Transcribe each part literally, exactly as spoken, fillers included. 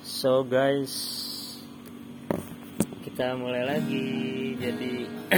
So guys, kita mulai lagi. Jadi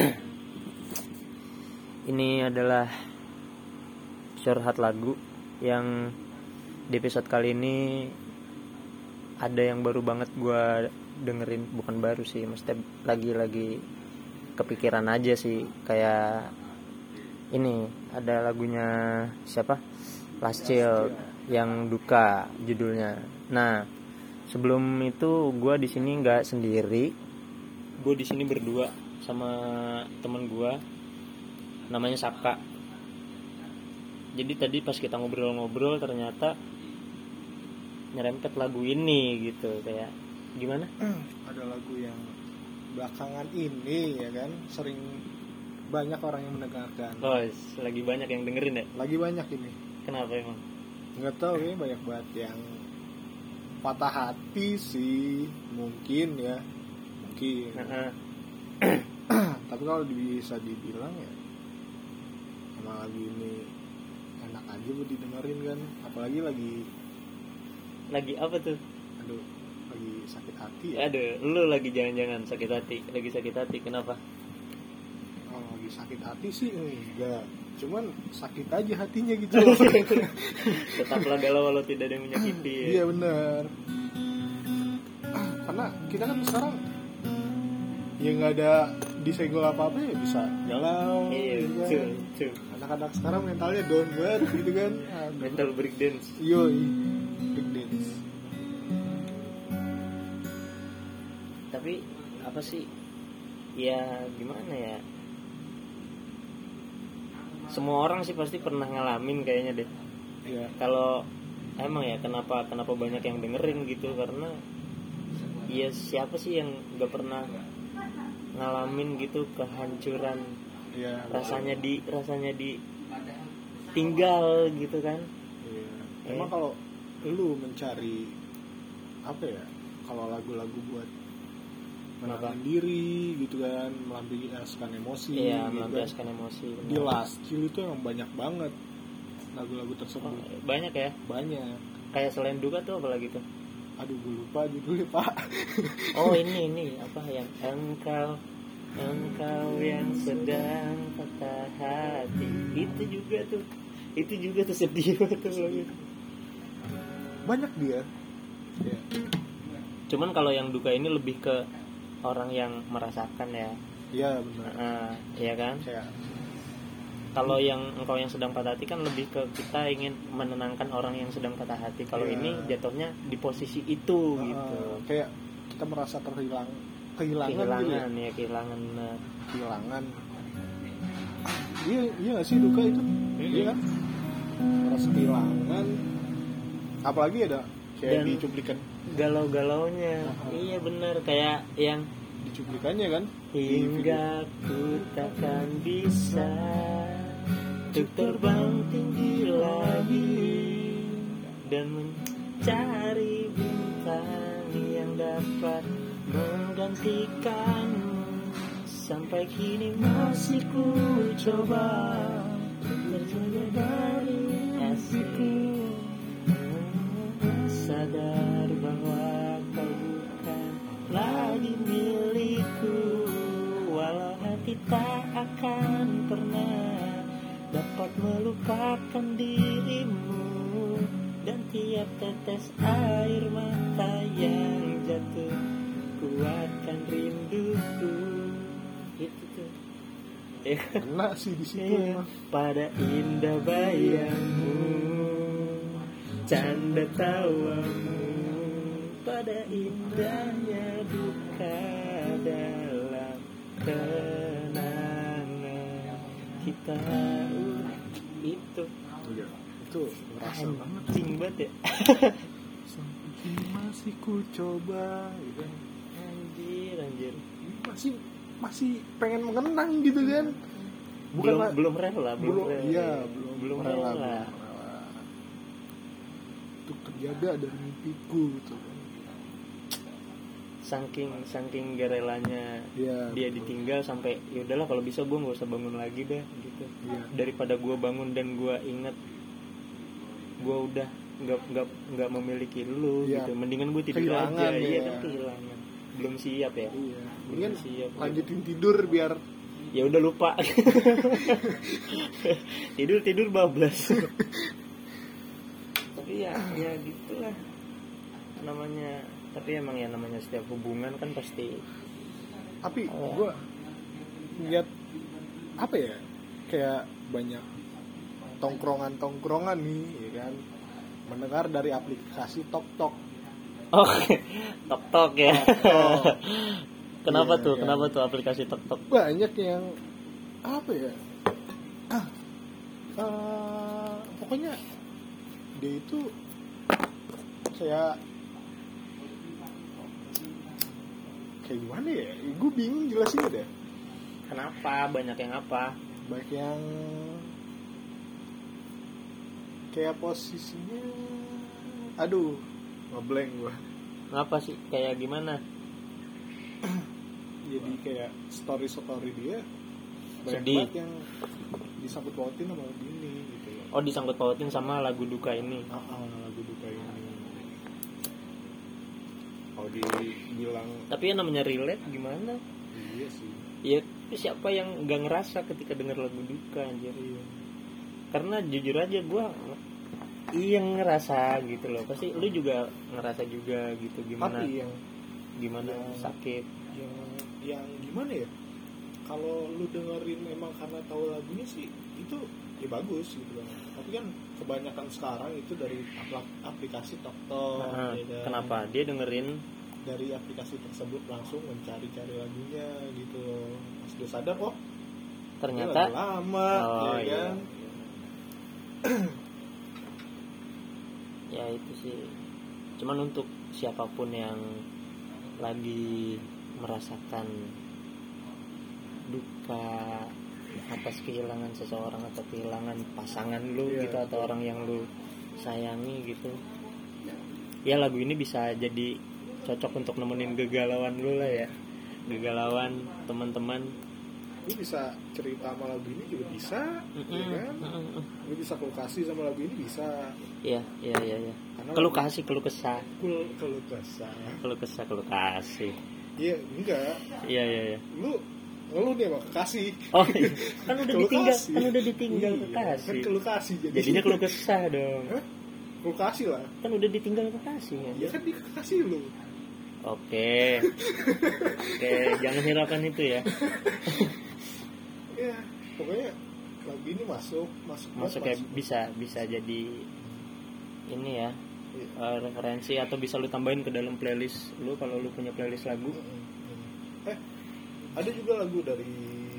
ini adalah curhat lagu yang di episode kali ini ada yang baru banget gue dengerin. Bukan baru sih, mesti lagi-lagi kepikiran aja sih. Kayak ini ada lagunya siapa? Last Child yang Duka judulnya. Nah, sebelum itu gue di sini nggak sendiri. Gue di sini berdua sama teman gue, namanya Saka. Jadi tadi pas kita ngobrol-ngobrol ternyata nyerempet lagu ini gitu. Kayak gimana? Ada lagu yang belakangan ini ya kan sering banyak orang yang mendengarkan. Oh, lagi banyak yang dengerin ya? Lagi banyak ini. Kenapa emang? Nggak tahu ya, banyak banget yang patah hati sih, mungkin ya, mungkin. Uh-uh. Tapi kalau bisa dibilang ya, emang lagu ini enak aja buat didengerin kan, apalagi lagi Lagi apa tuh? aduh, lagi sakit hati ya. Aduh, lu lagi jangan-jangan sakit hati. Lagi sakit hati, kenapa? Oh, lagi sakit hati sih enggak, cuman sakit aja hatinya gitu. Tetaplah galau walau tidak ada yang menyakiti ya? Iya benar. Karena kita kan sekarang ya nggak ada disenggol apa-apa ya bisa galau. Iya, gitu kan. betul, betul. Anak-anak sekarang mentalnya down banget gitu kan. Mental breakdance. Yoi, breakdance. Tapi apa sih? Ya gimana ya? Semua orang sih pasti pernah ngalamin kayaknya deh. Iya. Kalau emang ya kenapa kenapa banyak yang dengerin gitu, karena ya siapa sih yang nggak pernah ngalamin gitu kehancuran, Iya. rasanya di rasanya di tinggal gitu kan. Iya. Eh. Emang kalau lu mencari apa ya? Kalau lagu-lagu buat menenangkan diri gitu kan, melampiaskan emosi. Iya, gitu melampiaskan kan. emosi. Di Last Child itu emang banyak banget lagu-lagu tersebut. Oh, banyak ya. Banyak. Kayak selain Duka tuh apa lagi tuh? Aduh, gue lupa judulnya, Pak. Oh, ini ini apa yang engkau engkau yang sedang patah hati. Itu juga tuh. Itu juga tuh sedih tuh lagu. Banyak dia. Ya. Cuman kalau yang Duka ini lebih ke orang yang merasakan ya. Iya, benar. Nah, iya kan? Kayak Kalau yang engkau yang sedang patah hati kan lebih ke kita ingin menenangkan orang yang sedang patah hati. Kalau Iya. ini jatuhnya di posisi itu uh, gitu. Kayak kita merasa terhilang, kehilangan, Kehilangan gitu ya. ya, kehilangan. Nah. Kehilangan. Iya, iya gak sih Duka itu? Mm-hmm. Iya kan? Merasa kehilangan. Apalagi ada kayak Dan di cuplikan. Galau-galaunya. Uh-huh. Iya benar, kayak yang Di cuplikannya kan? hingga ku takkan bisa untuk terbang tinggi lagi dan mencari bintang yang dapat menggantikanmu. Sampai kini masih ku coba terjaga dari asliku, sadar bahwa kau bukan lagi milikku. Walau hati tak akan pernah dapat melupakan dirimu, dan tiap tetes air mata yang jatuh kuatkan rinduku. Itu tuh ya. Kena sih di situ Iya. emang. Pada indah bayangmu, canda tawamu, pada indahnya duka dalam kenangan kita. Uh, itu Iya. Itu merasa banget. anjing banget ya. Sampai kini masih ku coba gitu. Anjir anjir. Masih masih pengen mengenang gitu kan. Bukan belum lah- belum rela belum belum rela. iya belum belum rela, rela. belum rela. Untuk terjaga dari mimpiku gitu. saking saking gak relanya Iya, dia betul. ditinggal sampai ya udahlah kalau bisa gue nggak usah bangun lagi deh gitu. Iya. Daripada gue bangun dan gue inget gue udah nggak nggak nggak memiliki lu ya, gitu. Mendingan gue tidur kehilangan aja. ya. Iya kan kehilangan. Belum siap ya. Iya. Belum Mendingan siap. lanjutin tidur biar Ya udah lupa. tidur tidur bablas. Tapi ya ya gitulah namanya. Tapi emang ya namanya setiap hubungan kan pasti. Tapi oh. gue lihat apa ya, kayak banyak tongkrongan-tongkrongan nih ya kan, mendengar dari aplikasi TokTok. Oh, TokTok ya. TokTok. Kenapa Iya, tuh? kan? Kenapa tuh aplikasi TokTok? Banyak yang apa ya? Ah, uh, pokoknya dia itu kayak kayak gimana ya? Gue bingung jelasin deh. Kenapa? Banyak yang apa? Banyak yang kayak posisinya, aduh, ngeblank gue. Ngapa sih? Kayak gimana? Jadi kayak story-story dia banyak Sedih. banget yang disangkut pautin sama lagu ini gitu loh. Oh, disangkut pautin sama lagu duka ini. Ah, ah, lagu duka ini. Kalau dibilang, Tapi yang namanya relate gimana? iya sih. Ya siapa yang nggak ngerasa ketika denger lagu duka anjir. Iya. Karena jujur aja gue iya ngerasa gitu loh. Pasti lu juga ngerasa juga gitu gimana? Tapi yang Gimana yang- sakit? yang yang gimana ya? Kalau lu dengerin memang karena tahu lagunya sih itu ya bagus gitu kan. Tapi kan kebanyakan sekarang itu dari apl- aplikasi TokTok. Nah, ya kan? kenapa dia dengerin? Dari aplikasi tersebut langsung mencari-cari lagunya gitu loh. Pas dia sadar, oh Ternyata ini lagu lama, Oh, ya iya. kan? Ya itu sih. Cuman untuk siapapun yang lagi merasakan duka atas kehilangan seseorang atau kehilangan pasangan lu Iya, gitu atau betul. orang yang lu sayangi gitu, ya lagu ini bisa jadi cocok untuk nemenin kegalauan lu lah ya, kegalauan teman-teman. Lu bisa cerita sama lagu ini juga bisa, ya Mm-mm, kan? mm-mm. Lu bisa keluh kasih sama lagu ini bisa. Iya iya iya iya. Karena Keluh lagu- kasih keluh kesah Kul keluh kesah. keluh kesah keluh kasih. Iya, enggak. Iya iya iya. Lu ngeluh nih sama kekasih. Oh iya. Kan udah Keluh ditinggal kasih. kan udah ditinggal Iya, kekasih. Kan keluh kasih jadi. Jadinya keluh kesah dong. Hah? Keluh kasih lah. Kan udah ditinggal kekasih ya. Ya kan di kekasih lu. Oke. Oke, jangan hiraukan itu ya. Ya, pokoknya lagu ini masuk, masuk, Masuk kayak bisa bisa jadi ini ya. Iya. eh, referensi atau bisa lu tambahin ke dalam playlist lu kalau lu punya playlist lagu. Eh, ada juga lagu dari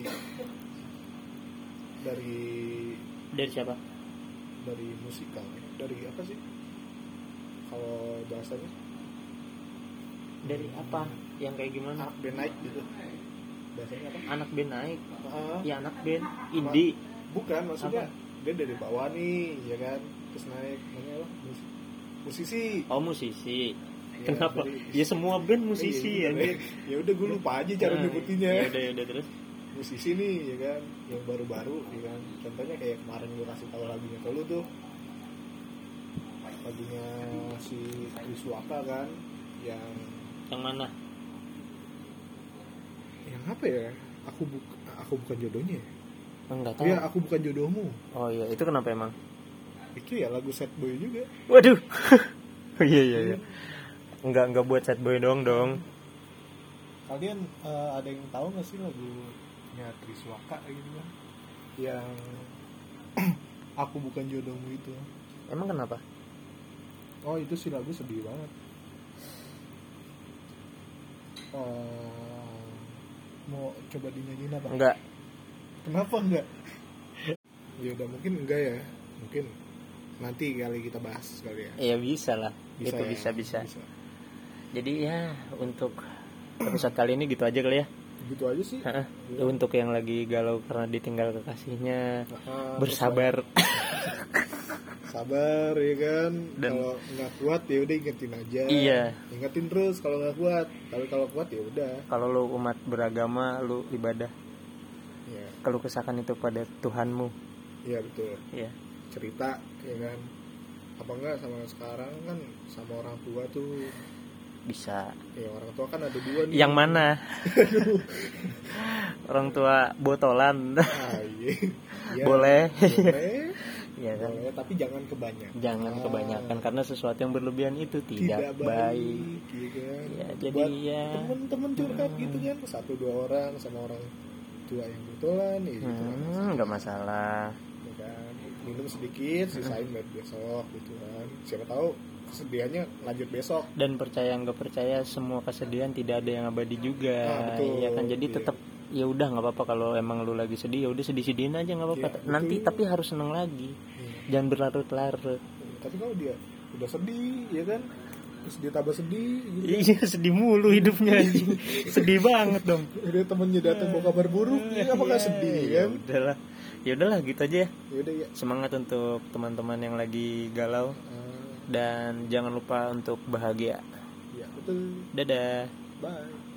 dari Dari siapa? dari musikal, dari apa sih? Kalau bahasanya Dari apa? Yang kayak gimana? anak band naik gitu. Bahasanya apa? Anak band naik. Ah, Ya anak band indie. bukan, maksudnya Apa? dia dari bawah nih, ya kan? Terus naik, namanya apa? Mus- musisi. Oh musisi. Ya, Kenapa? dari- Ya semua band musisi Iya, ya. bener. Ya udah gue lupa aja cara nyebutinnya. Ya udah ya udah terus. Musisi nih, ya kan? Yang baru-baru, ya kan? Contohnya kayak kemarin gue kasih tahu lagunya ke lu tuh. Lagunya si Wiswaka kan, yang Yang mana? yang apa ya? Aku buk aku bukan jodohnya. Enggak tahu. Iya, aku bukan jodohmu. Oh iya, itu kenapa emang? Itu ya lagu sad boy juga. Waduh. Iya iya iya. Enggak enggak buat sad boy doang dong. Kalian eh, ada yang tahu nggak sih lagunya Triswaka gitu kan? Yang aku bukan jodohmu itu. Emang kenapa? Oh, itu sih lagu sedih banget. Oh, mau coba dinyanyiin apa? Enggak. Kenapa enggak? Ya udah, mungkin enggak ya. Mungkin nanti kali kita bahas kali ya. Ya bisa lah. Bisa itu ya? bisa, bisa Jadi ya untuk episode kali ini gitu aja kali ya. Gitu aja sih. Heeh. Untuk yang lagi galau karena ditinggal kekasihnya, Ah, bersabar. Sabar ya kan. Dan- Kalau nggak kuat ya udah ingetin aja. Iya. Ingetin terus kalau nggak kuat. Tapi kalau kuat ya udah. Kalau lu umat beragama, lu ibadah, Ya, keluh kesahkan itu pada Tuhanmu. iya betul. Ya. Cerita ya kan. apa enggak sama sekarang kan sama orang tua tuh bisa. ya orang tua kan ada dua nih. Yang mana? Orang tua botolan. Ah, iya. Ya, Boleh. boleh. Ya kan? Boleh, tapi jangan kebanyakan. Jangan kebanyakan karena sesuatu yang berlebihan itu tidak, tidak baik. baik gitu kan. Ya, jadi buat ya temen-temen curhat gitu kan satu dua orang sama orang tua yang betulan ya gitu kan. hmm, nggak masalah. Ya kan? Minum sedikit sisain buat besok gitu kan. Siapa tahu kesedihannya lanjut besok. Dan percaya nggak percaya semua kesedihan tidak ada yang abadi juga. Ah, betul. Ya kan, jadi Iya. tetap ya udah nggak apa-apa kalau emang lu lagi sedih, ya udah sedih-sedihin aja nggak apa-apa. Ya, Nanti betul. tapi harus seneng lagi. Hmm. Jangan berlarut-larut. Tapi kalau dia udah sedih ya kan, terus dia tambah sedih gitu. Iya, sedih mulu hidupnya anjing. Sedih banget dong. Udah temennya datang bawa kabar buruk, ya apakah Iya, sedih ya kan? udahlah. Ya udahlah gitu aja ya. Ya udah ya. Semangat untuk teman-teman yang lagi galau Ah, dan jangan lupa untuk bahagia. ya betul. Dadah. Bye.